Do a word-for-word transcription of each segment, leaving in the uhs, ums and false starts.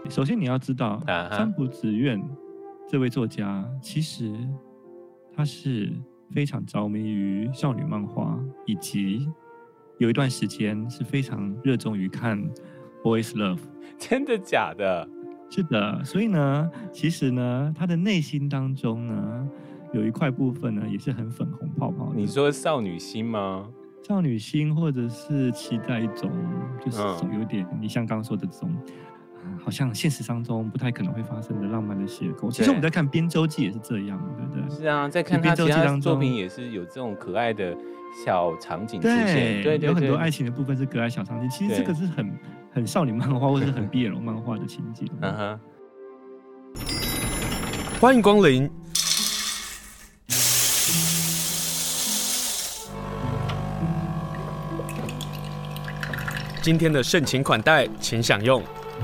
首先你要知道， 啊哈三浦子苑这位作家，其实他是非常着迷于少女漫画，以及有一段时间是非常热衷于看 boys love。 真的假的？ 是的，所以呢，其实呢，他的内心当中呢，有一块部分呢，也是很粉红泡泡的。 你说少女心吗？ 少女心，或者是期待一种，就是嗯有点你像刚刚说的这种，啊好像现实当中不太可能会发生的浪漫的邂逅。其实我们在看《编舟记》也是这样，对不对？ 是啊，在看他编舟其他记当中作品也是有这种可爱的小场景出现， 对对对有很多对爱情的部分是可爱小场景。其实对这个是很很少女漫画，或者是很 B L 漫画的情节。 嗯哼， 欢迎光临。今天的盛情款待，请享用。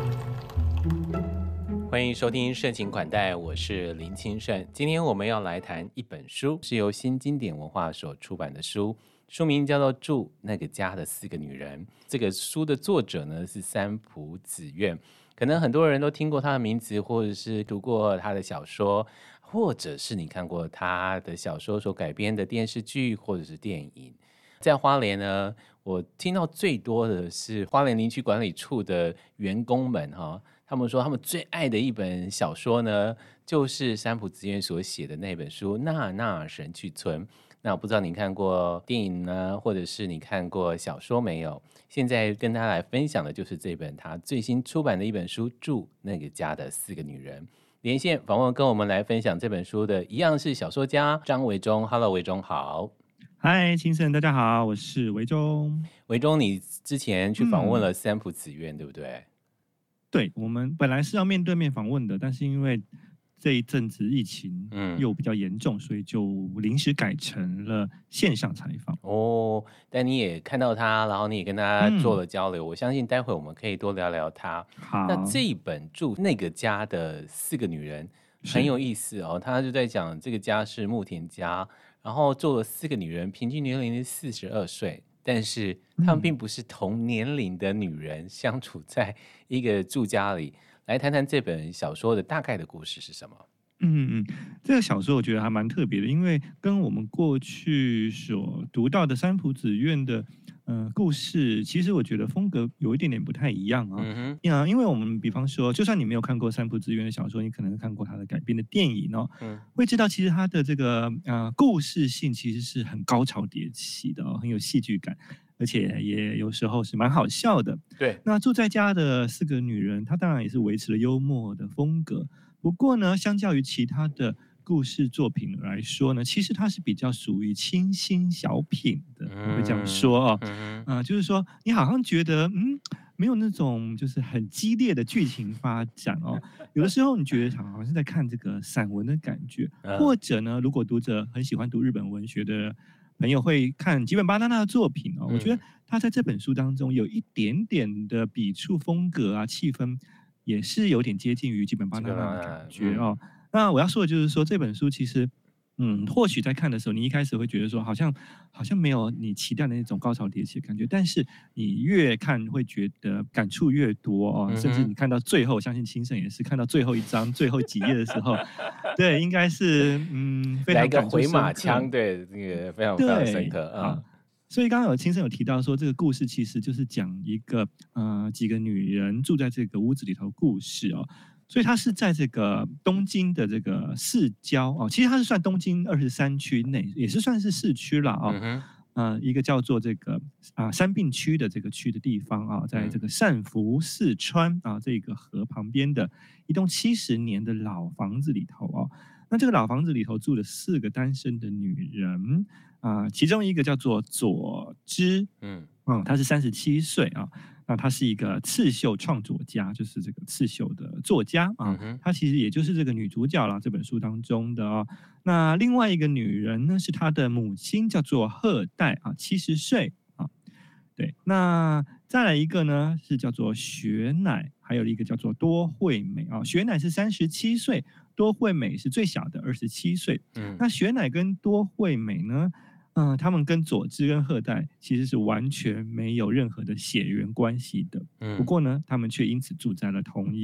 欢迎收听盛情款待，我是林清盛。今天我们要来谈一本书，是由新经典文化所出版的书，书名叫做《住那个家的四个女人》。这个书的作者呢是三浦子苑，可能很多人都听过他的名字，或者是读过他的小说，或者是你看过他的小说所改编的电视剧或者是电影。在花莲呢，我听到最多的是花莲林区管理处的员工们哈，他们说他们最爱的一本小说呢，就是三浦子苑所写的那本书《娜娜神去村》。那我不知道你看过电影呢，或者是你看过小说没有？现在跟大家来分享的就是这本他最新出版的一本书《住那个家的四个女人》。连线访问跟我们来分享这本书的一样是小说家张维中。Hello， 维中好。 嗨，清盛，大家好，我是维中。 维中，你之前去访问了三浦子苑，嗯、对不对？ 对，我们本来是要面对面访问的，但是因为这一阵子疫情又比较严重，嗯、所以就临时改成了线上采访。 哦，但你也看到他，然后你也跟他做了交流，嗯、我相信待会我们可以多聊聊他。 好， 那这一本住那个家的四个女人很有意思哦，他就在讲这个家是木田家。然后做了四个女人，平均年龄是四十二岁，但是她们并不是同年龄的女人，相处在一个住家里。来谈谈这本小说的大概的故事是什么？ 嗯嗯，这个小说我觉得还蛮特别的，因为跟我们过去所读到的三浦子苑的呃故事，其实我觉得风格有一点点不太一样啊。嗯哼，啊，因为我们比方说，就算你没有看过三浦子苑的小说，你可能看过他的改编的电影哦，嗯，会知道其实他的这个呃故事性其实是很高潮迭起的哦，很有戏剧感。而且也有时候是蛮好笑的。 对， 那住在家的四个女人，她当然也是维持了幽默的风格。不过呢，相较于其他的故事作品来说呢，其实它是比较属于清新小品的，我会这样说哦。嗯、呃，就是说你好像觉得嗯。没有那种就是很激烈的剧情发展哦，有的时候你觉得好像是在看这个散文的感觉，或者呢，如果读者很喜欢读日本文学的朋友会看吉本芭娜娜的作品哦，我觉得他在这本书当中有一点点的笔触风格啊，气氛也是有点接近于吉本芭娜娜的感觉哦。嗯、那我要说的就是说这本书其实。嗯，或许在看的时候，你一开始会觉得说，好像好像没有你期待的那种高潮迭起的感觉，但是你越看会觉得感触越多哦，嗯、甚至你看到最后，相信清盛也是看到最后一章、最后几页的时候，对，应该是嗯非常感触深刻，来个回马枪，对，那个非常非常深刻啊。 所以刚刚有清盛有提到说，这个故事其实就是讲一个呃几个女人住在这个屋子里头的故事哦。所以它是在这个东京的这个市郊哦，其实它是算东京二十三区内，也是算是市区了哦。嗯、呃，一个叫做这个啊山并区的这个区的地方啊，在这个善福寺川啊这个河旁边的一栋七十年的老房子里头哦。那这个老房子里头住了四个单身的女人啊、呃，其中一个叫做佐知，嗯嗯，她是三十七岁啊。那她是一个刺绣创作家，就是这个刺绣的作家啊。嗯、她其实也就是这个女主角啦，这本书当中的哦。那另外一个女人呢，是她的母亲，叫做贺代啊，七十岁啊。对，那再来一个呢，是叫做雪乃，还有一个叫做多惠美啊。雪乃是三十七岁，多惠美是最小的二十七岁。嗯，那雪乃跟多惠美呢？嗯、呃，他们跟佐知跟贺代其实是完全没有任何的血缘关系的。嗯，不过呢，他们却因此住在了同一个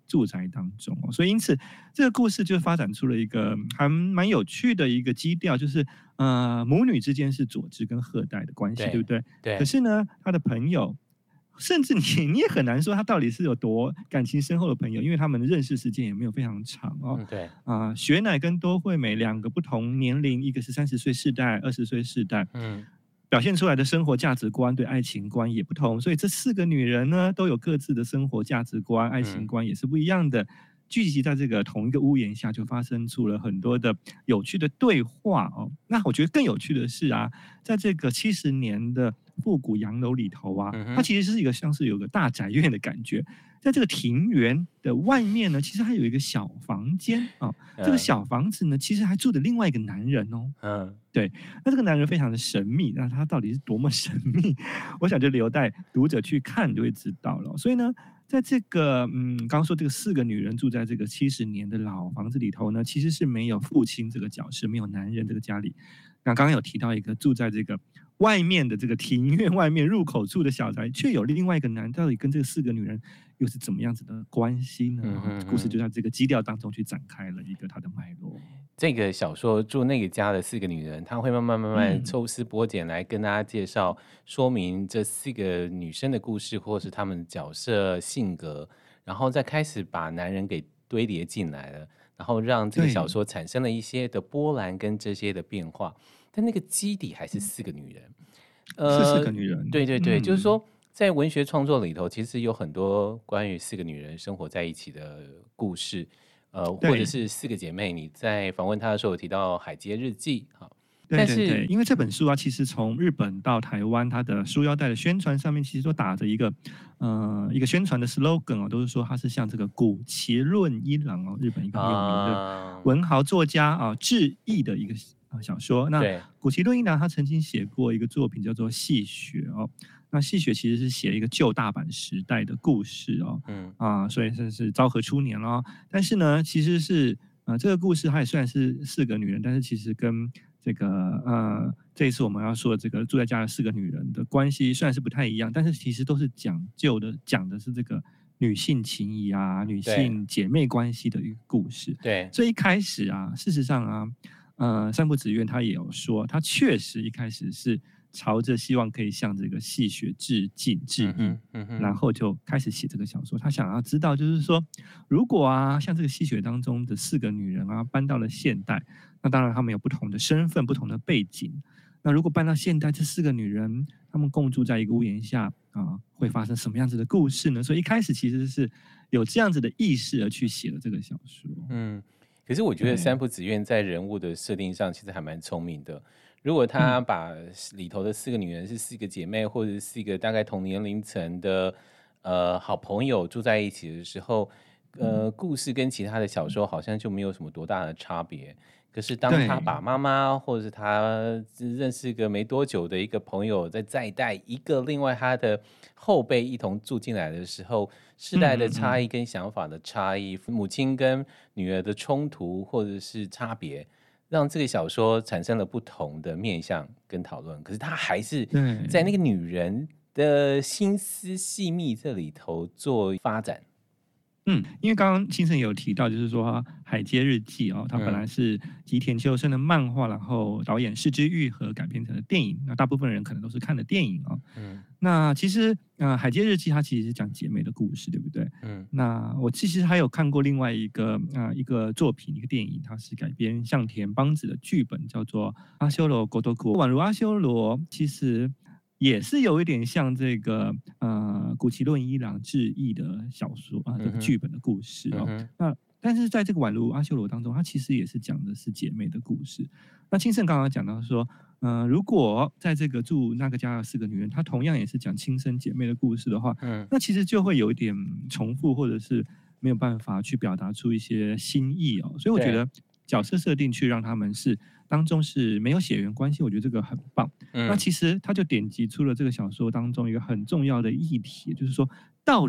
住宅当中哦。所以因此这个故事就发展出了一个还蛮有趣的一个基调，就是呃母女之间是佐治跟赫代的关系，对对不对？ 对， 可是呢，他的朋友。甚至你你也很难说他到底是有多感情深厚的朋友，因为他们的认识时间也没有非常长哦。 嗯，对， 啊、雪乃跟多惠美两个不同年龄，一个是三十岁世代，二十岁世代， 嗯表现出来的生活价值观、对爱情观也不同，所以这四个女人呢，都有各自的生活价值观、爱情观也是不一样的。聚集在这个同一个屋檐下，就发生出了很多的有趣的对话哦。那我觉得更有趣的是啊，在这个七十年的复古洋楼里头啊， 嗯哼它其实是一个像是有个大宅院的感觉。在这个庭园的外面呢，其实还有一个小房间啊、哦。这个小房子呢，其实还住着另外一个男人哦。 嗯对，那这个男人非常的神秘，那他到底是多么神秘？我想就留待读者去看就会知道了。所以呢，在这个嗯，刚刚说这个四个女人住在这个七十年的老房子里头呢，其实是没有父亲这个角色，没有男人这个家里。那刚刚有提到一个住在这个外面的这个庭院外面入口处的小宅，却有另外一个男人，到底跟这个四个女人又是怎么样子的关系呢？ 嗯哼哼故事就在这个基调当中去展开了一个它的脉络。 这个小说住那个家的四个女人，她会慢慢慢慢嗯抽丝剥茧来跟大家介绍，说明这四个女生的故事，或是她们的角色性格，然后再开始把男人给堆叠进来了，然后让这个对小说产生了一些的波澜跟这些的变化，但那个基底还是四个女人。 是四个女人， 对对对，就是嗯说在文学创作里头，其实有很多关于四个女人生活在一起的故事。呃，或者对是四个姐妹，你在访问她的时候有提到《海街日记》哈， 对但是对对，因为这本书啊，其实从日本到台湾，它的书腰带的宣传上面，其实都打着一个呃一个宣传的 slogan 哦，都是说它是向这个谷崎润一郎哦，日本一个很有名的啊， 文豪作家啊致意的一个呃小说。那对， 谷崎润一郎他曾经写过一个作品叫做《戏雪》哦，那《戏雪》其实是写一个旧大阪时代的故事哦， 嗯啊，所以这是昭和初年了哦。但是呢，其实是呃这个故事它也虽然是四个女人，但是其实跟这个呃这一次我们要说的这个住在家的四个女人的关系虽然是不太一样，但是其实都是讲究的，讲的是这个女性情谊啊、女性姐妹关系的一个故事。 对， 所以一开始啊，事实上啊，呃，三浦紫苑他也有说，他确实一开始是朝着希望可以向这个戏雪致敬致意， 嗯哼嗯哼然后就开始写这个小说。他想要知道，就是说，如果啊，像这个戏雪当中的四个女人啊，搬到了现代，那当然她们有不同的身份、不同的背景。那如果搬到现代，这四个女人她们共住在一个屋檐下啊，会发生什么样子的故事呢？所以一开始其实是有这样子的意识而去写了这个小说。 嗯。可是我觉得对三浦紫苑在人物的设定上其实还蛮聪明的。如果他嗯把里头的四个女人是四个姐妹，或者是四个大概同年龄层的呃好朋友住在一起的时候，呃，故事跟其他的小说好像就没有什么多大的差别。可是当他对把妈妈或者是他认识个没多久的一个朋友再再带一个另外他的后辈一同住进来的时候，世代的差异跟想法的差异，母亲跟女儿的冲突或者是差别，让这个小说产生了不同的面向跟讨论。可是他还是对在那个女人的心思细密这里头做发展。 嗯，因为刚刚先生有提到，就是说《海街日记》哦，它本来是吉田秋生的漫画，然后导演是枝裕和改编成了电影。那大部分人可能都是看的电影哦。 嗯那其实呃，《海街日记》它其实是讲姐妹的故事，对不对？ 嗯那我其实还有看过另外一个呃一个作品，一个电影，它是改编向田邦子的剧本，叫做《阿修罗国多库》。宛如阿修罗，其实也是有一点像这个呃谷崎润一郎致意的小说啊、这个剧本的故事哦。 嗯那但是在这个宛如阿修罗当中，它其实也是讲的是姐妹的故事。那清盛刚刚讲到说，呃，如果在这个住那个家的四个女人，她同样也是讲亲生姐妹的故事的话， 嗯那其实就会有一点重复，或者是没有办法去表达出一些新意哦。所以我觉得角色设定去让他们是当中是没有血缘关系，我觉得这个很棒。 嗯那其实他就点击出了这个小说当中一个很重要的议题，就是说到底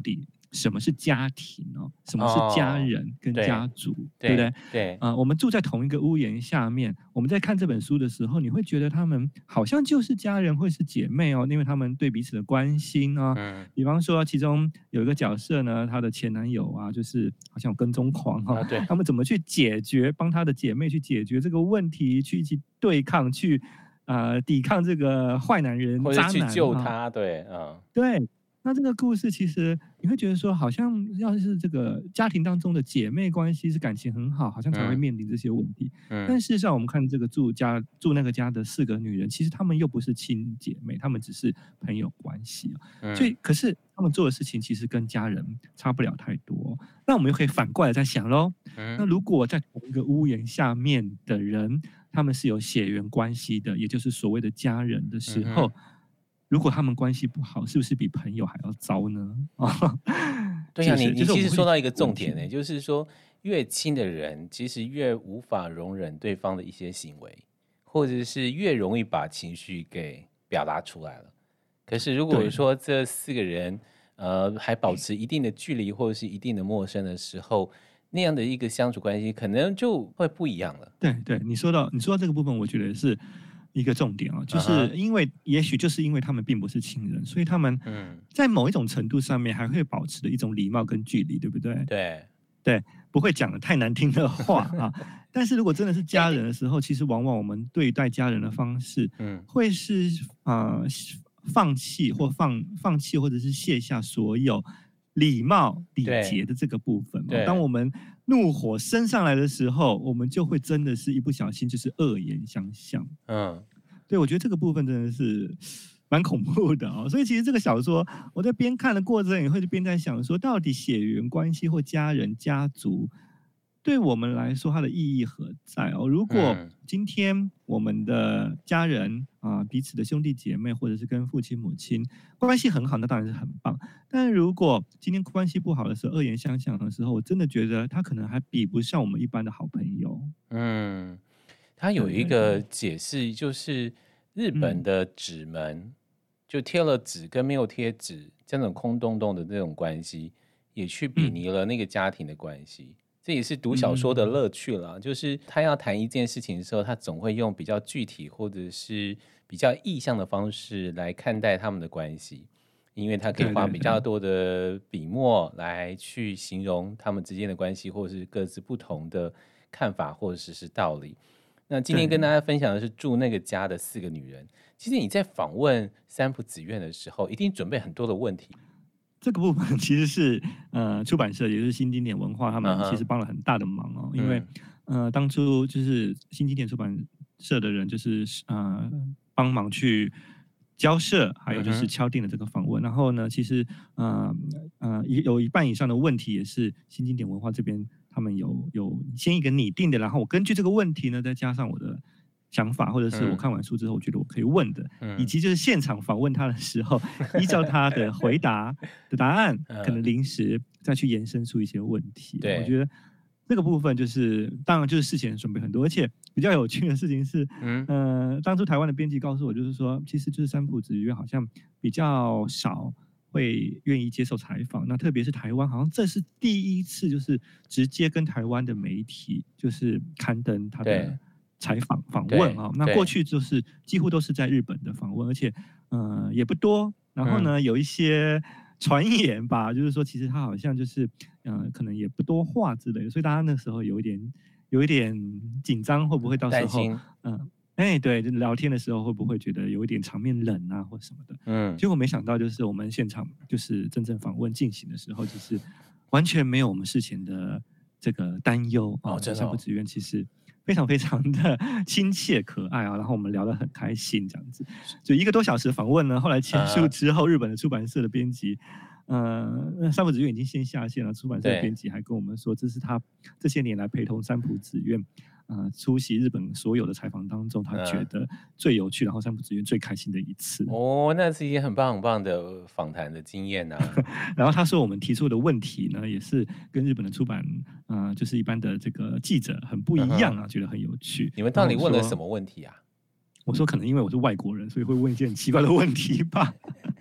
什么是家庭哦，什么是家人跟家族，哦、对, 对不对？ 对， 啊、呃，我们住在同一个屋檐下面，我们在看这本书的时候，你会觉得他们好像就是家人或是姐妹哦，因为他们对彼此的关心啊、哦。嗯，比方说，其中有一个角色呢，她的前男友啊，就是好像有跟踪狂哈、哦啊，对，他们怎么去解决，帮他的姐妹去解决这个问题，去一起对抗，去呃抵抗这个坏男人、 或者渣男， 去救他， 啊、 对，嗯， 对。那这个故事其实你会觉得说，好像要是这个家庭当中的姐妹关系是感情很好，好像才会面临这些问题。嗯，但事实上，我们看这个住家住那个家的四个女人，其实她们又不是亲姐妹，她们只是朋友关系、嗯、所以，可是她们做的事情其实跟家人差不了太多。那我们又可以反过来再想喽。嗯、那如果在同一个屋檐下面的人，他们是有血缘关系的，也就是所谓的家人的时候。嗯，如果他们关系不好，是不是比朋友还要糟呢？ 对呀、啊，你你其实说到一个重点呢、欸，就是说越亲的人，其实越无法容忍对方的一些行为，或者是越容易把情绪给表达出来了。可是如果说这四个人呃还保持一定的距离或者是一定的陌生的时候，那样的一个相处关系可能就会不一样了。 对对，你说到你说到这个部分，我觉得是一个重点啊，就是因为、uh-huh. 也许就是因为他们并不是亲人，所以他们在某一种程度上面还会保持的一种礼貌跟距离，对不对？ 对对，不会讲的太难听的话啊。但是如果真的是家人的时候，其实往往我们对待家人的方式，嗯，会是啊、呃、放弃或放放弃或者是卸下所有礼貌礼节的这个部分。当我们怒火升上来的时候，我们就会真的是一不小心就是恶言相向。嗯，对，我觉得这个部分真的是蛮恐怖的哦。所以其实这个小说，我在边看的过程也会边在想说，到底血缘关系或家人、家族，对我们来说它的意义何在哦？如果今天我们的家人啊、呃，彼此的兄弟姐妹，或者是跟父亲母亲关系很好，那当然是很棒。但如果今天关系不好的时候，恶言相向的时候，我真的觉得他可能还比不上我们一般的好朋友。 嗯，他有一个解释，就是日本的纸门，嗯、就贴了纸跟没有贴纸这种空洞洞的这种关系，也去比拟了那个家庭的关系。嗯，这也是读小说的乐趣了，嗯、就是他要谈一件事情的时候，他总会用比较具体或者是比较意象的方式来看待他们的关系，因为他可以花比较多的笔墨来去形容他们之间的关系，或者是各自不同的看法或者是道理。那今天跟大家分享的是住那个家的四个女人。其实你在访问三浦紫苑的时候，一定准备很多的问题。 这个部分其实是呃出版社，也就是新经典文化，他们其实帮了很大的忙哦。Uh-huh. 因为呃当初就是新经典出版社的人，就是呃帮忙去交涉，还有就是敲定了这个访问。Uh-huh. 然后呢，其实呃呃有一半以上的问题也是新经典文化这边他们有有先一个拟定的，然后我根据这个问题呢，再加上我的想法，或者是我看完书之后，我觉得我可以问的，嗯、以及就是现场访问他的时候，依照他的回答的答案，嗯、可能临时再去延伸出一些问题。我觉得这个部分就是，当然就是事前准备很多，而且比较有趣的事情是，嗯，呃，当初台湾的编辑告诉我，就是说，其实就是三浦紫苑好像比较少会愿意接受采访，那特别是台湾，好像这是第一次，就是直接跟台湾的媒体就是刊登他的采访访问啊。那过去就是几乎都是在日本的访问，而且呃也不多。然后呢，嗯、有一些传言吧，就是说其实他好像就是呃可能也不多话之类的，所以大家那时候有一点有一点紧张，会不会到时候嗯。哎，对，就聊天的时候会不会觉得有一点场面冷啊，或什么的？嗯，结果没想到，就是我们现场就是真正访问进行的时候，就是完全没有我们事前的这个担忧哦。真的、哦， 三浦紫苑其实非常非常的亲切可爱啊，然后我们聊得很开心，这样子。就一个多小时访问呢，后来结束之后，啊、日本的出版社的编辑，呃，三浦紫苑已经先下线了，出版社的编辑还跟我们说，这是他这些年来陪同三浦紫苑。呃，出席日本所有的采访当中，他觉得最有趣，嗯、然后三浦紫苑最开心的一次。 哦，那是一件很棒很棒的访谈的经验啊。 然后他说，我们提出的问题呢，也是跟日本的出版啊、呃，就是一般的这个记者很不一样啊，嗯、觉得很有趣。 你们到底问了什么问题啊？ 我说，可能因为我是外国人，所以会问一些很奇怪的问题吧。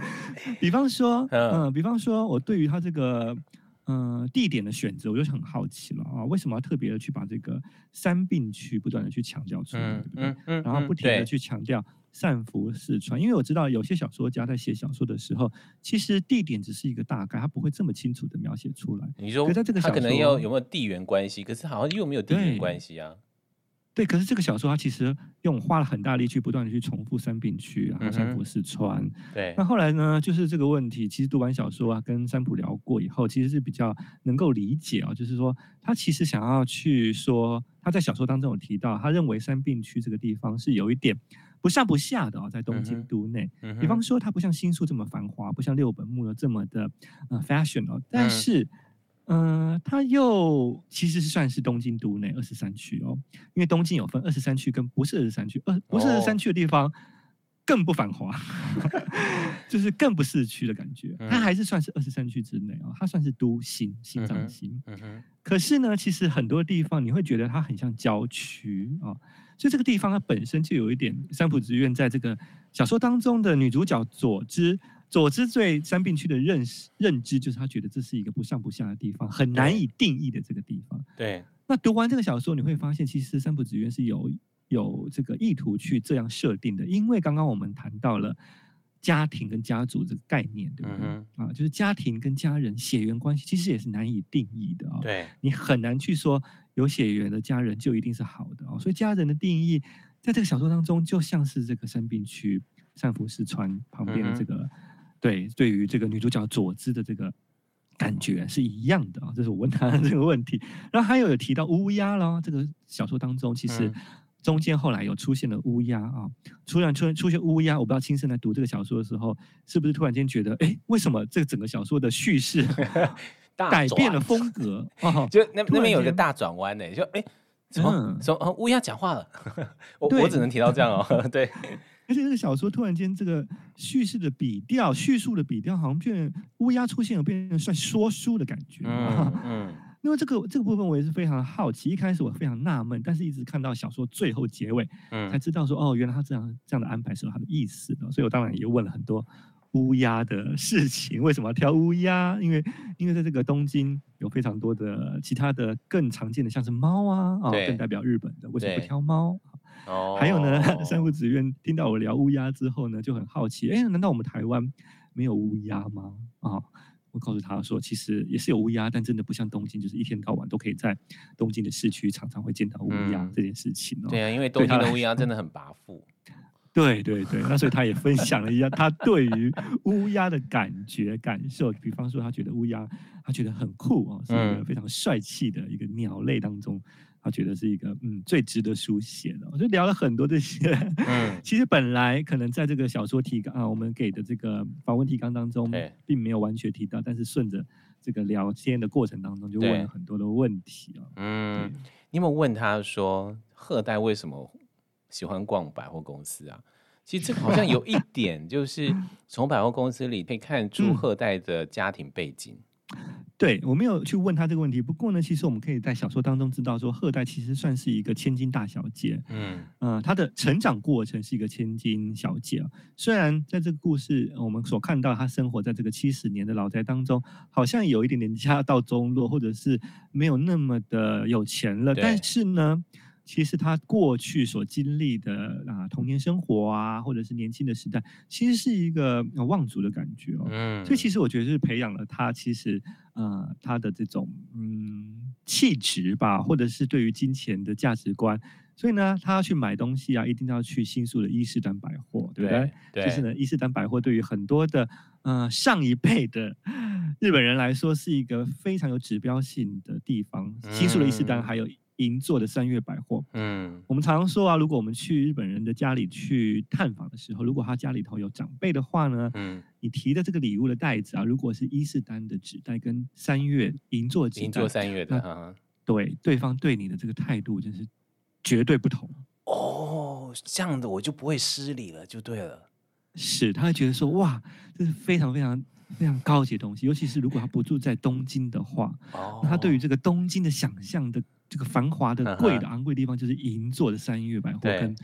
比方说， 嗯嗯、呃，比方说，我对于他这个。呃，地点的选择，我就很好奇了啊，为什么要特别的去把这个三并区不断的去强调出来， 嗯对不对？ 嗯嗯然后嗯，对， 不停的去强调善福四川，因为我知道有些小说家在写小说的时候，其实地点只是一个大概，他不会这么清楚的描写出来。 你说可是在这个小他可能要说， 有没有地缘关系，可是好像又没有地缘关对， 系啊。 对，可是这个小说它其实用花了很大力去不断的去重复三并区，然后三浦嗯哼， 四川。 对那后来呢，就是这个问题，其实读完小说啊，跟三浦聊过以后，其实是比较能够理解啊，就是说他其实想要去说，他在小说当中有提到，他认为三并区这个地方是有一点不上不下的啊，在东京嗯哼都内。 嗯哼比方说，它不像新宿这么繁华，不像六本木的这么的呃 fashion 哦，但嗯是。嗯、呃，它又其实是算是东京都内二十三区哦，因为东京有分二十三区跟不是二十三区，二不是二十三哦区的地方更不繁华，就是更不市区的感觉。它嗯还是算是二十三区之内哦，它算是都心心嗯哼脏心。 嗯哼可是呢，其实很多地方你会觉得它很像郊区啊、哦，所以这个地方它本身就有一点三浦直院在这个小说当中的女主角佐之。佐之对三并区的认识认知，就是他觉得这是一个不上不下的地方，很难以定义的这个地方。 对， 那读完这个小说，你会发现，其实三浦直院是有有这个意图去这样设定的，因为刚刚我们谈到了家庭跟家族这个概念，对不对？ 嗯啊，就是家庭跟家人血缘关系，其实也是难以定义的啊、哦。 对， 你很难去说有血缘的家人就一定是好的哦。所以家人的定义，在这个小说当中，就像是这个三并区善福寺川旁边的这个。嗯对，对于这个女主角佐之的这个感觉是一样的啊，这是我问他的这个问题。然后还有有提到乌鸦了，这个小说当中其实中间后来有出现了乌鸦啊，突然出出现乌鸦，我不知道青生在读这个小说的时候，是不是突然间觉得，哎，为什么这个整个小说的叙事改变了风格？哦、 就那那边有一个大转弯呢，就哎，什么、 嗯、 什么乌鸦讲话了？我我只能提到这样哦，对。 而且这个小说突然间，这个叙事的笔调、叙述的笔调，好像变乌鸦出现了，变成算说书的感觉。 嗯嗯。 因为这个这个部分我也是非常好奇，一开始我非常纳闷，但是一直看到小说最后结尾，嗯，才知道说哦，原来他这样这样的安排是有他的意思的。所以我当然也问了很多乌鸦的事情，为什么要挑乌鸦？因为因为在这个东京有非常多的其他的更常见的，像是猫啊，啊、哦，更代表日本的，为什么不挑猫？哦，还有呢，三浦紫苑听到我聊乌鸦之后呢，就很好奇，哎，难道我们台湾没有乌鸦吗？啊、哦，我告诉他说，其实也是有乌鸦，但真的不像东京，就是一天到晚都可以在东京的市区常常会见到乌鸦这件事情哦。 对啊，因为东京的乌鸦真的很跋扈。 对对对，那所以他也分享了一下他对于乌鸦的感觉感受，比方说他觉得乌鸦，他觉得很酷哦，是一个非常帅气的一个鸟类当中。他觉得是一个嗯最值得书写的，我就聊了很多这些。嗯，其实本来可能在这个小说提纲啊，我们给的这个访问提纲当中，并没有完全提到，但是顺着这个聊天的过程当中，就问了很多的问题啊。 嗯，你有没有问他说，贺代为什么喜欢逛百货公司啊？其实这个好像有一点，就是从百货公司里可以看出贺代的家庭背景。 对，我没有去问他这个问题。不过呢，其实我们可以在小说当中知道说，贺代其实算是一个千金大小姐。嗯，呃，她的成长过程是一个千金小姐。虽然在这个故事我们所看到，她生活在这个七十年的老宅当中，好像有一点点家道中落，或者是没有那么的有钱了。但是呢，其实他过去所经历的啊童年生活啊，或者是年轻的时代，其实是一个望族的感觉哦。嗯，所以其实我觉得是培养了他，其实呃他的这种嗯气质吧，或者是对于金钱的价值观。所以呢，他要去买东西啊，一定要去新宿的伊势丹百货，对不对？对。就是呢，伊势丹百货对于很多的呃上一辈的日本人来说，是一个非常有指标性的地方。嗯、新宿的伊势丹还有银座的三月百货。嗯，我们常常说啊，如果我们去日本人的家里去探访的时候，如果他家里头有长辈的话呢，嗯，你提的这个礼物的袋子啊，如果是伊势丹的纸袋跟三月银座纸袋， 银座三月的，哈， 对，对方对你的这个态度真是绝对不同哦，这样的我就不会失礼了，就对了。 是，他会觉得说，哇，这是非常非常非常高级的东西，尤其是如果他不住在东京的话，哦，那他对于这个东京的想象的这个繁华的贵的昂贵的地方，就是银座的三月百货跟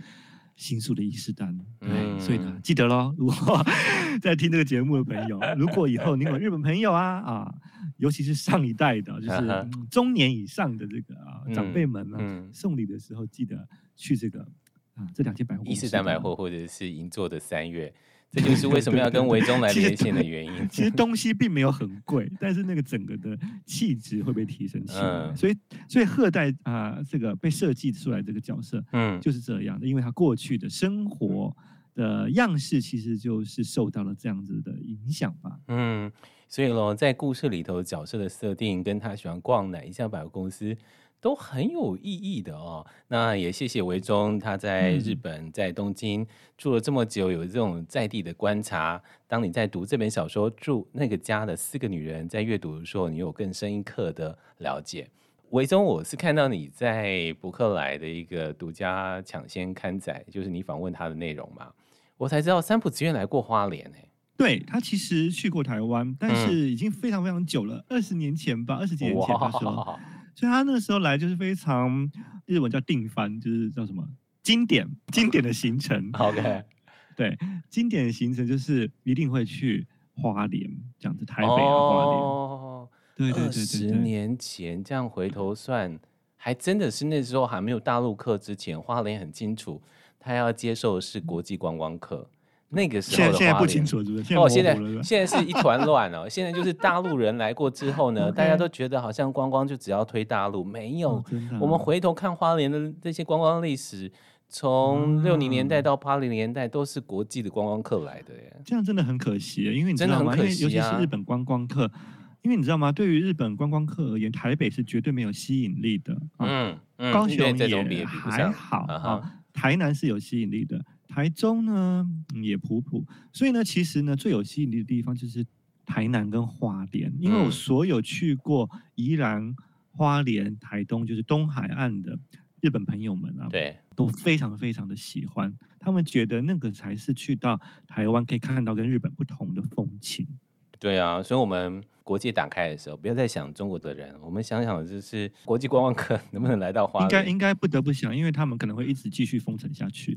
新宿的伊势丹。对， 嗯所以呢，记得咯，如果在听这个节目的朋友，如果以后你有日本朋友啊啊，尤其是上一代的，就是、 啊哈嗯中年以上的这个啊嗯长辈们呢、 嗯送礼的时候记得去这个啊这两间百货公司的伊势丹百货或者是银座的三月，这就是为什么要跟维中来其实连线的原因。 其实东西并没有很贵，但是那个整个的气质会被提升起来。 嗯所以，所以贺代啊、这个被设计出来这个角色嗯， 就是这样的，因为他过去的生活的样式其实就是受到了这样子的影响吧。 嗯，所以咯，在故事里头角色的设定跟他喜欢逛哪一家百货公司都很有意义的哦。那也谢谢维中，他在日本、在东京住了这么久，有这种在地的观察。当你在读这本小说《住那个家的四个女人》在阅读的时候，你有更深一刻的了解。维中，我是看到你在博客来的一个独家抢先刊载，就是你访问他的内容嘛，我才知道三浦紫苑来过花莲哎、 对，他其实去过台湾，但嗯是已经非常非常久了，二十年前吧，二十几年前的时候， 哇， 所以他那个时候来就是非常日文叫定番，就是叫什么经典经典的行程。 OK， 对，经典的行程就是一定会去花莲这样子，台北啊花莲。 哦， 对对二对对对， 十年前这样回头算，还真的是那时候还没有大陆客之前，花莲很清楚，他要接受的是国际观光客。那个时现在现在候的花莲不清楚了，是不是？现在哦，现在模糊了是不是现在是一团乱哦。现在就是大陆人来过之后呢， OK 大家都觉得好像观光就只要推大陆，没有。 哦真的啊我们回头看花莲的这些观光历史，从六零年代到八零年代都是国际的观光客来的耶。 这样真的很可惜，因为你知真的道吗？ 很可惜啊因为尤其是日本观光客，因为你知道吗？对于日本观光客而言，台北是绝对没有吸引力的。啊、 嗯嗯， 高雄因为这种也也比不还上好啊哈啊，台南是有吸引力的，台中呢、嗯也普普。所以呢，其实呢，最有吸引力的地方就是台南跟花莲，因为我嗯所有去过宜兰、花莲、台东，就是东海岸的日本朋友们啊， 对， 都非常非常的喜欢，他们觉得那个才是去到台湾可以看到跟日本不同的风情。 对啊，所以我们国界打开的时候，不要再想中国的人，我们想想就是国际观光客能不能来到花应该莲？ 应该不得不想，因为他们可能会一直继续封城下去。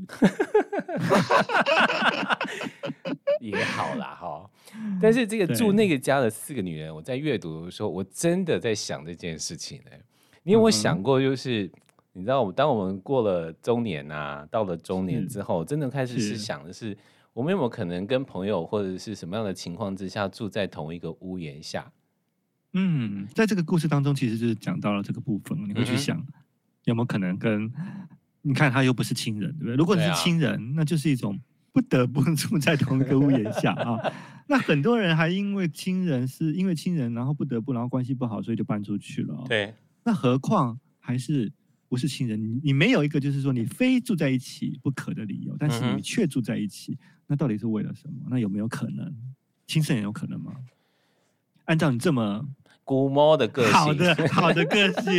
也好啦哈。但是这个对住那个家的四个女人，我在阅读的时候，我真的在想这件事情呢、你有没有嗯哼想过，就是、你知道，当我们过了中年啊，到了中年是之后，真的开始是是想的是，我们有没有可能跟朋友或者是什么样的情况之下住在同一个屋檐下？ 嗯，在这个故事当中，其实就是讲到了这个部分，你会嗯哼去想有没有可能跟，你看他又不是亲人，对不对？如果你是对啊亲人，那就是一种不得不住在同一个屋檐下啊。那很多人还因为亲人是因为亲人，然后不得不，然后关系不好，所以就搬出去了、哦。 对， 那何况还是不是亲人？你你没有一个就是说你非住在一起不可的理由，但是嗯哼你却住在一起，那到底是为了什么？那有没有可能亲生也有可能吗？按照你这么古猫的个性， 好的好的个性，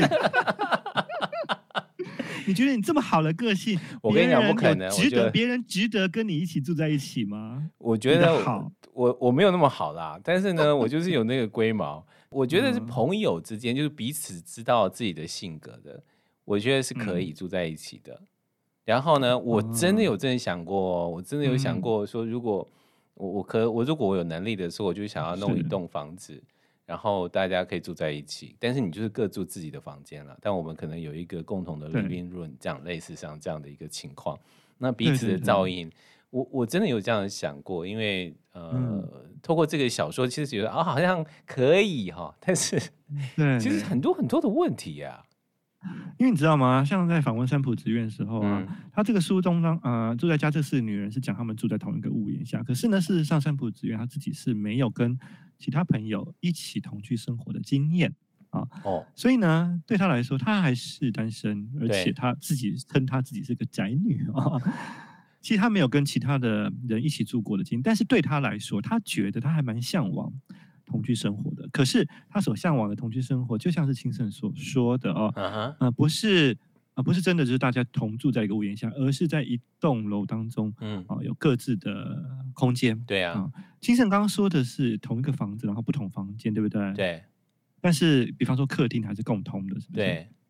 你觉得你这么好的个性， 我跟你讲别人不可能有值我觉得得别人值得跟你一起住在一起吗？你我觉得的好我我没有那么好啦，但是呢，我就是有那个龟毛。我觉得是嗯朋友之间，就是彼此知道自己的性格的，我觉得是可嗯以住在一起的。然后呢，我真的有真的想过哦，我真的有想嗯过说，如果我我可我如果我有能力的时候，我就想要弄一是栋房子，然后大家可以住在一起，但是你就是各住自己的房间了，但我们可能有一个共同的对 living room，这样类似像这样的一个情况，那彼此的对对对照应。我我真的有这样想过，因为呃， 嗯透过这个小说，其实觉得啊，好像可以哈，但是对， 其实很多很多的问题呀、 因为你知道吗？像在访问三浦紫苑的时候啊， 嗯他这个书中呢，呃，住在家这四个女人是讲他们住在同一个屋檐下，可是呢，事实上三浦紫苑他自己是没有跟其他朋友一起同居生活的经验啊， 哦， 所以呢，对他来说，他还是单身，而且对他自己称他自己是个宅女啊。其实他没有跟其他的人一起住过的经验，但是对他来说，他觉得他还蛮向往同居生活的。可是他所向往的同居生活，就像是清盛所说的哦， 嗯哼， 呃，不是呃，不是真的就是大家同住在一个屋檐下，而是在一栋楼当中嗯， 啊、有各自的空间。 对啊， 啊清盛刚刚说的是同一个房子，然后不同房间，对不对？。 对但是，比方说客厅还是共通的，是不是？。 对，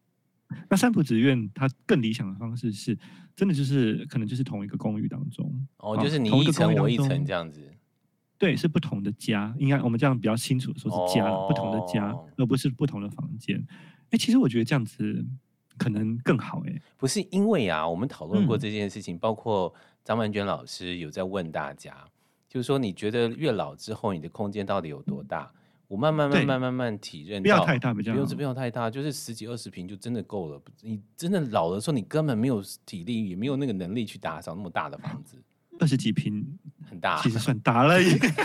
那三浦子苑它更理想的方式是，真的就是可能就是同一个公寓当中， 哦，就是你同一层我一层层这样子。 对，是不同的家，应该我们这样比较清楚的说是家，哦、不同的家，而不是不同的房间。哎，其实我觉得这样子可能更好哎。 不是因为啊，我们讨论过这件事情，嗯、包括张曼娟老师有在问大家，就是说你觉得越老之后，你的空间到底有多大？我慢慢慢慢慢慢体认到， 不要太大比较好， 不用不用太大，就是十几二十平就真的够了。你真的老的时候，你根本没有体力，也没有那个能力去打扫那么大的房子。 二十几平很大， 其实算大了。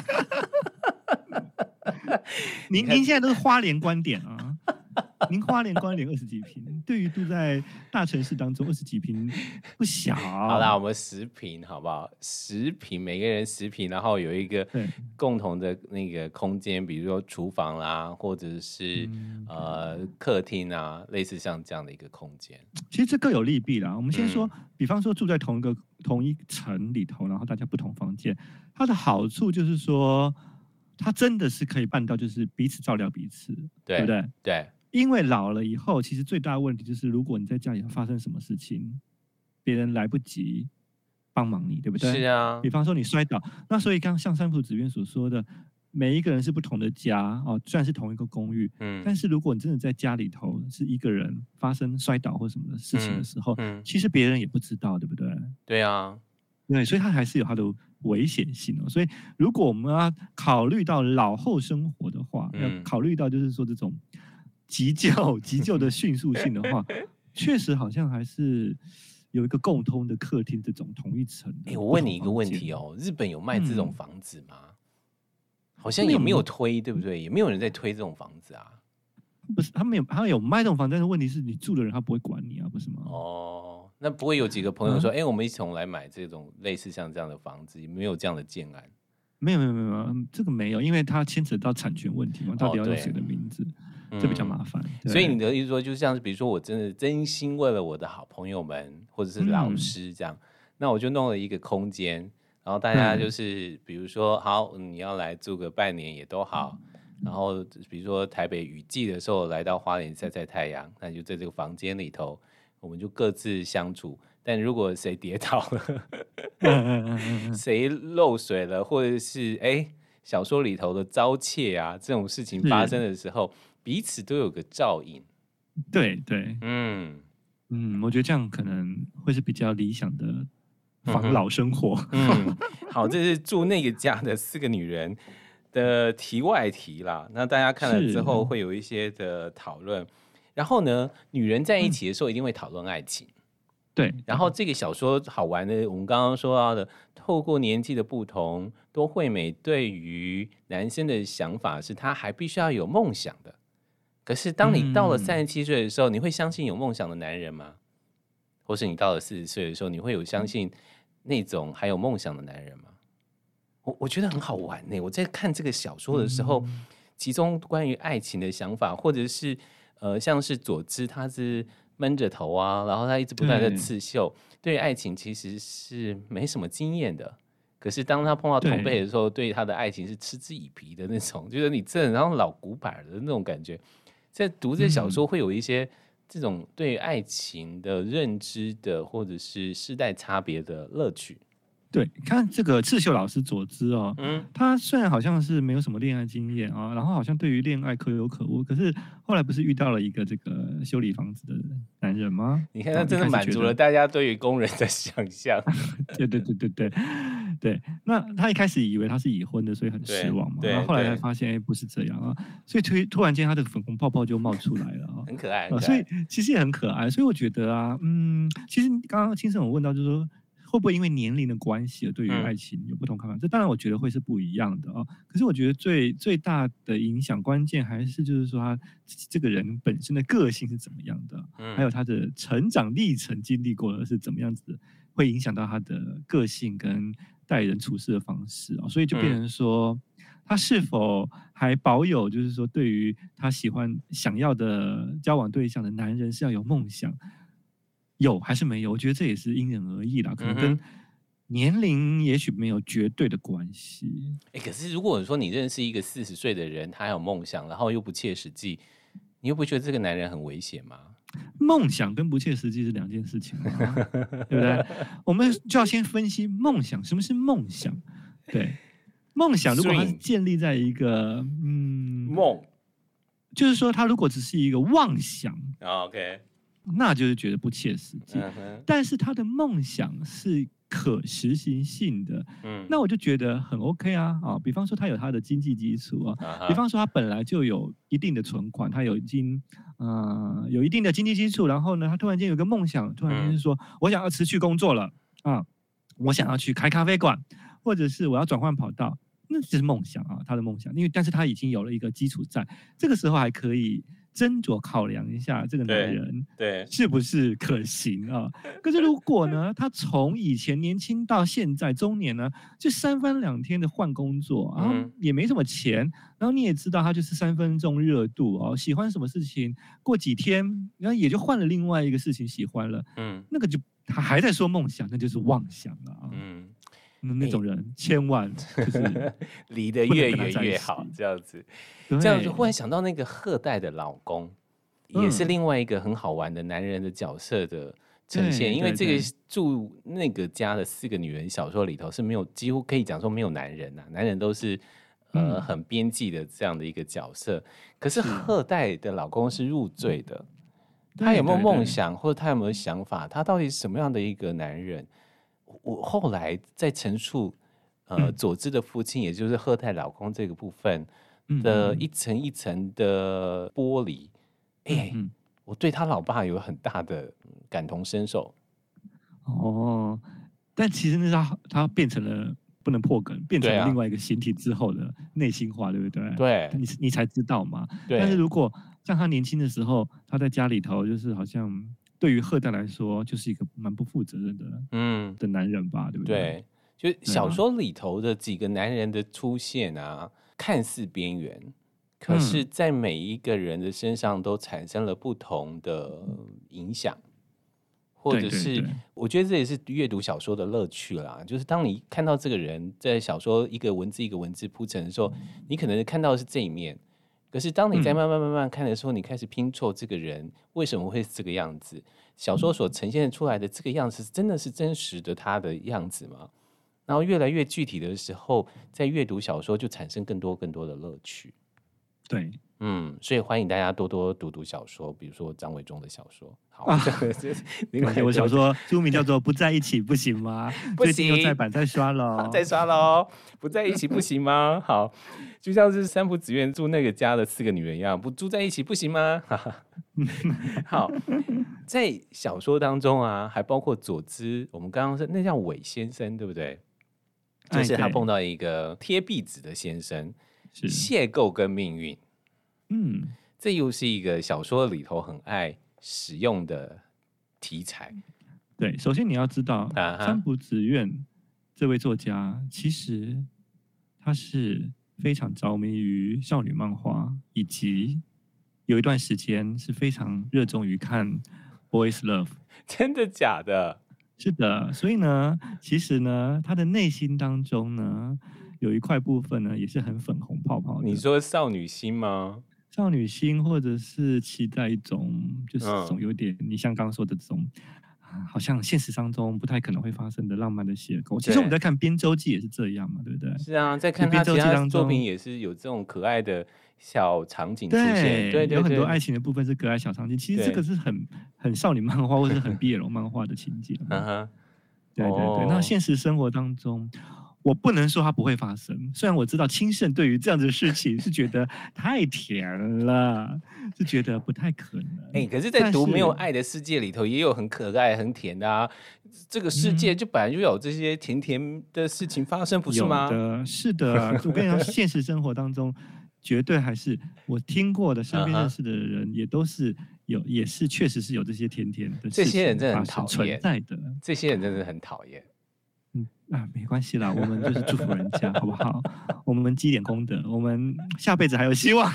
您您现在都是花莲观点啊？您花莲观点二十几平，对于住在大城市当中二十几平不小。 好啦，我们十平好不好？十平，每个人十平，然后有一个共同的那个空间，比如说厨房啦，或者是、嗯、呃客厅啊，类似像这样的一个空间。 其实这各有利弊啦。我们先说，嗯、比方说住在同一个同一层里头，然后大家不同房间，它的好处就是说，它真的是可以办到，就是彼此照料彼此， 对, 对不对？ 对。 因为老了以后，其实最大的问题就是，如果你在家里发生什么事情，别人来不及帮忙你，对不对？ 是啊。 比方说你摔倒，那所以刚像三浦子苑所说的，每一个人是不同的家哦，虽然是同一个公寓，嗯，但是如果你真的在家里头是一个人发生摔倒或什么的事情的时候，嗯嗯、其实别人也不知道，对不对？ 对啊， 对，所以它还是有它的危险性哦。所以如果我们要考虑到老后生活的话，嗯、要考虑到就是说这种。急救急救的迅速性的话，确实好像还是有一个共通的客厅这种同一层的。 哎、欸，我问你一个问题哦，日本有卖这种房子吗？嗯、好像也没有推，对不对？也没有人在推这种房子啊。 不是，他们有他们有卖这种房子，但是问题是你住的人他不会管你啊，不是吗？ 哦，那不会有几个朋友说，哎、嗯欸，我们一起来买这种类似像这样的房子，没有这样的建案？ 没有没有没有，这个没有，因为它牵扯到产权问题嘛，到底要用谁的名字？哦、这比较麻烦。 所以你的意思说，就像是比如说，我真的真心为了我的好朋友们或者是老师这样，嗯、那我就弄了一个空间，然后大家就是，比如说，好，你要来住个半年也都好，然后比如说台北雨季的时候来到花莲晒晒太阳，那就在这个房间里头，我们就各自相处。但如果谁跌倒了，谁漏水了，或者是哎、欸、小说里头的遭窃啊这种事情发生的时候，彼此都有个照应。 对对，嗯嗯，我觉得这样可能会是比较理想的防老生活。 嗯, 嗯，好，这是住那个家的四个女人的题外题啦。那大家看了之后会有一些的讨论。然后呢，女人在一起的时候一定会讨论爱情。嗯对， 然后这个小说好玩的，我们刚刚说到的，透过年纪的不同，多惠美对于男生的想法是，他还必须要有梦想的。可是当你到了三十七岁的时候，嗯、你会相信有梦想的男人吗？或是你到了四十岁的时候，你会有相信那种还有梦想的男人吗？我我觉得很好玩呢。我在看这个小说的时候，嗯、其中关于爱情的想法，或者是呃，像是佐知他是。闷着头啊，然后他一直不断的刺绣，对于爱情其实是没什么经验的。可是当他碰到同辈的时候，对, 对他的爱情是嗤之以鼻的那种，觉得你这很像老古板的那种感觉。在读这小说会有一些这种对爱情的认知的，或者是世代差别的乐趣。 对，看这个刺绣老师佐知哦，嗯，他虽然好像是没有什么恋爱经验啊，然后好像对于恋爱可有可无，可是后来不是遇到了一个这个修理房子的男人吗？ 你看他真的满足了大家对于工人的想象。 对对对对对对，那他一开始以为他是已婚的，所以很失望嘛，然后后来才发现哎不是这样啊，所以突突然间他的粉红泡泡就冒出来了啊， 很可爱， 啊，所以其实也很可爱，所以我觉得啊，嗯，其实刚刚青生有问到就是说。会不会因为年龄的关系而对于爱情有不同看法？嗯、这当然我觉得会是不一样的哦。可是我觉得最最大的影响关键还是就是说他这个人本身的个性是怎么样的，嗯、还有他的成长历程经历过的是怎么样子的，会影响到他的个性跟待人处事的方式哦。所以就变成说，嗯、他是否还保有就是说对于他喜欢想要的交往对象的男人是要有梦想。有还是没有？我觉得这也是因人而异啦，可能跟年龄也许没有绝对的关系。 欸、可是如果说你认识一个四十岁的人，他有梦想，然后又不切实际， 你又不觉得这个男人很危险吗？ 梦想跟不切实际是两件事情嘛，对不对？我们就要先分析梦想，什么是梦想？对，梦想如果它是建立在一个嗯梦， 就是说它如果只是一个妄想、 oh, ，OK， 那就是觉得不切实际。 嗯、 但是他的梦想是可实行性的，嗯，那我就觉得很 OK 啊啊！比方说他有他的经济基础啊， uh-huh. 比方说他本来就有一定的存款，他有已经呃有一定的经济基础，然后呢，他突然间有个梦想，突然间是说、嗯、我想要辞去工作了啊，我想要去开咖啡馆，或者是我要转换跑道，那只是梦想啊，他的梦想，因为但是他已经有了一个基础在，这个时候还可以斟酌考量一下这个男人对是不是可行啊？可是如果呢，他从以前年轻到现在中年呢，就三番两天的换工作，然后也没什么钱，然后你也知道他就是三分钟热度哦，喜欢什么事情，过几天然后也就换了另外一个事情喜欢了，嗯，那个就他还在说梦想，那就是妄想了啊，嗯。那种人、欸、千万就是离得越远越好，这样子，这样就忽然想到那个贺代的老公，也是另外一个很好玩的男人的角色的呈现。因为这个住那个家的四个女人小说里头是没有，几乎可以讲说没有男人啊，男人都是呃、嗯、很边际的这样的一个角色。可是贺代的老公是入赘的，他有没有梦想，或者他有没有想法？他到底是什么样的一个男人？我后来在陈述，呃，佐治的父亲，也就是贺代老公这个部分的一层一层的剥离，哎、欸嗯嗯，我对他老爸有很大的感同身受。 哦，但其实那是他他变成了不能破梗，变成了另外一个形体之后的内心话， 对,、啊、对不对？ 对， 你你才知道嘛。但是如果像他年轻的时候，他在家里头就是好像。对于贺代来说，就是一个蛮不负责任的，嗯，的男人吧，对不对？ 对，就小说里头的几个男人的出现啊，看似边缘，可是，在每一个人的身上都产生了不同的影响，或者是，对对对，我觉得这也是阅读小说的乐趣啦。就是当你看到这个人在小说一个文字一个文字铺陈的时候，你可能看到的是这一面。可是当你在慢慢慢慢看的时候，嗯、你开始拼凑这个人为什么会是这个样子？小说所呈现出来的这个样子，真的是真实的他的样子吗？然后越来越具体的时候，在阅读小说就产生更多更多的乐趣。 对， 嗯，所以欢迎大家多多读读小说，比如说张伟忠的小说。好，啊、 我小说书名叫做《不在一起不行吗》？ 不行， 最近又再版再刷了， 再刷了，不在一起不行吗？好，就像是三浦子苑住那个家的四个女人一样，不住在一起不行吗？好，在小说当中啊，还包括佐之，我们刚刚说那叫韦先生，对不对？就是他碰到一个贴壁纸的先生。邂逅跟命运，嗯，这又是一个小说里头很爱使用的题材。 对，首先你要知道，啊、三浦子苑这位作家，其实他是非常着迷于少女漫画，以及有一段时间是非常热衷于看 boys love。 真的假的？ 是的，所以呢，其实呢，他的内心当中呢。有一块部分呢，也是很粉红泡泡的。 你说少女心吗？ 少女心，或者是期待一种，就是这种有点，嗯、你像刚刚说的这种，好像现实当中不太可能会发生的浪漫的邂逅。其实我们在看《编舟记》也是这样嘛，对不对？ 是啊，在看他其他作品也是有这种可爱的小场景出现。 对， 对对对， 有很多爱情的部分是可爱小场景。其实这个是很很少女漫画或者是很 B L 漫画的情节。嗯哼，对对对。那、哦、现实生活当中。我不能说它不会发生，虽然我知道清盛对于这样子的事情是觉得太甜了，是觉得不太可能。 哎、欸，可是，在读没有爱的世界里头，也有很可爱、很甜的啊。这个世界就本来就有这些甜甜的事情发生，不是吗？ 有的，是的。我跟你说，现实生活当中，绝对还是我听过的、身边认识的人，也都是有，也是确实是有这些甜甜的事情。 这些人真的很讨厌， 存在的。 这些人真的很讨厌。 嗯啊，没关系啦，我们就是祝福人家，好不好？我们积点功德，我们下辈子还有希望。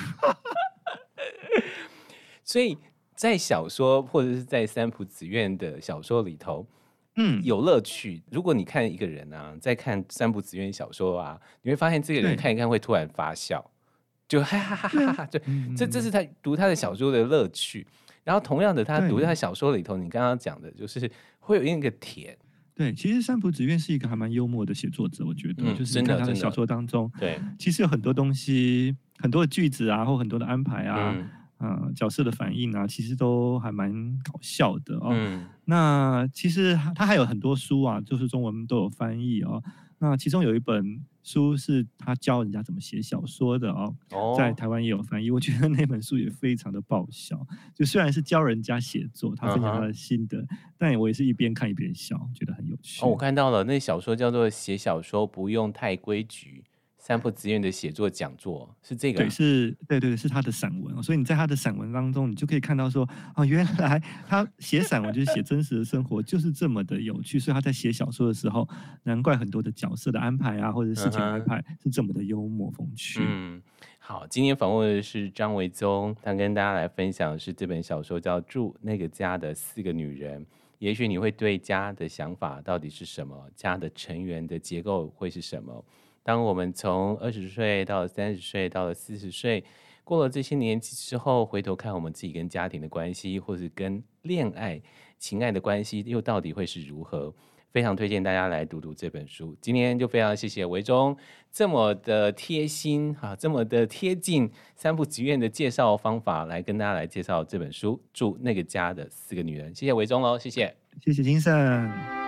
所以在小说或者是在三浦子苑的小说里头，嗯，有乐趣。如果你看一个人啊，在看三浦子苑小说啊，你会发现这个人看一看会突然发笑， 就哈哈哈哈哈，就这这是他读他的小说的乐趣。然后同样的，他读他的小说里头，你刚刚讲的就是会有一个甜。 对，其实三浦紫苑是一个还蛮幽默的写作者，我觉得，嗯、就是看他的小说当中， 对， 其实有很多东西，很多的句子啊，或很多的安排啊。嗯呃，角色的反应啊，其实都还蛮搞笑的哦。嗯、那其实他还有很多书啊，就是中文都有翻译哦。那其中有一本书是他教人家怎么写小说的哦，哦在台湾也有翻译。我觉得那本书也非常的爆笑，就虽然是教人家写作，他分享他的心得，嗯、但我也是一边看一边笑，觉得很有趣。 哦，我看到了，那小说叫做《写小说不用太规矩》。三浦紫苑的写作讲座是这个、啊， 对，是，对对对，是他的散文，所以你在他的散文当中，你就可以看到说，哦，原来他写散文就是写真实的生活，就是这么的有趣。所以他在写小说的时候，难怪很多的角色的安排啊，或者事情的安排是这么的幽默风趣。 嗯，好，今天访问的是张维宗，他跟大家来分享的是这本小说叫《住那个家的四个女人》。也许你会对家的想法到底是什么，家的成员的结构会是什么？当我们从二十岁到了三十岁，到了四十岁，过了这些年纪之后，回头看我们自己跟家庭的关系，或是跟恋爱、情爱的关系，又到底会是如何？非常推荐大家来读读这本书。今天就非常谢谢维中这么的贴心啊，这么的贴近三浦紫苑的介绍方法，来跟大家来介绍这本书《住那个家的四个女人》。谢谢维中喽，谢谢， 谢谢金盛。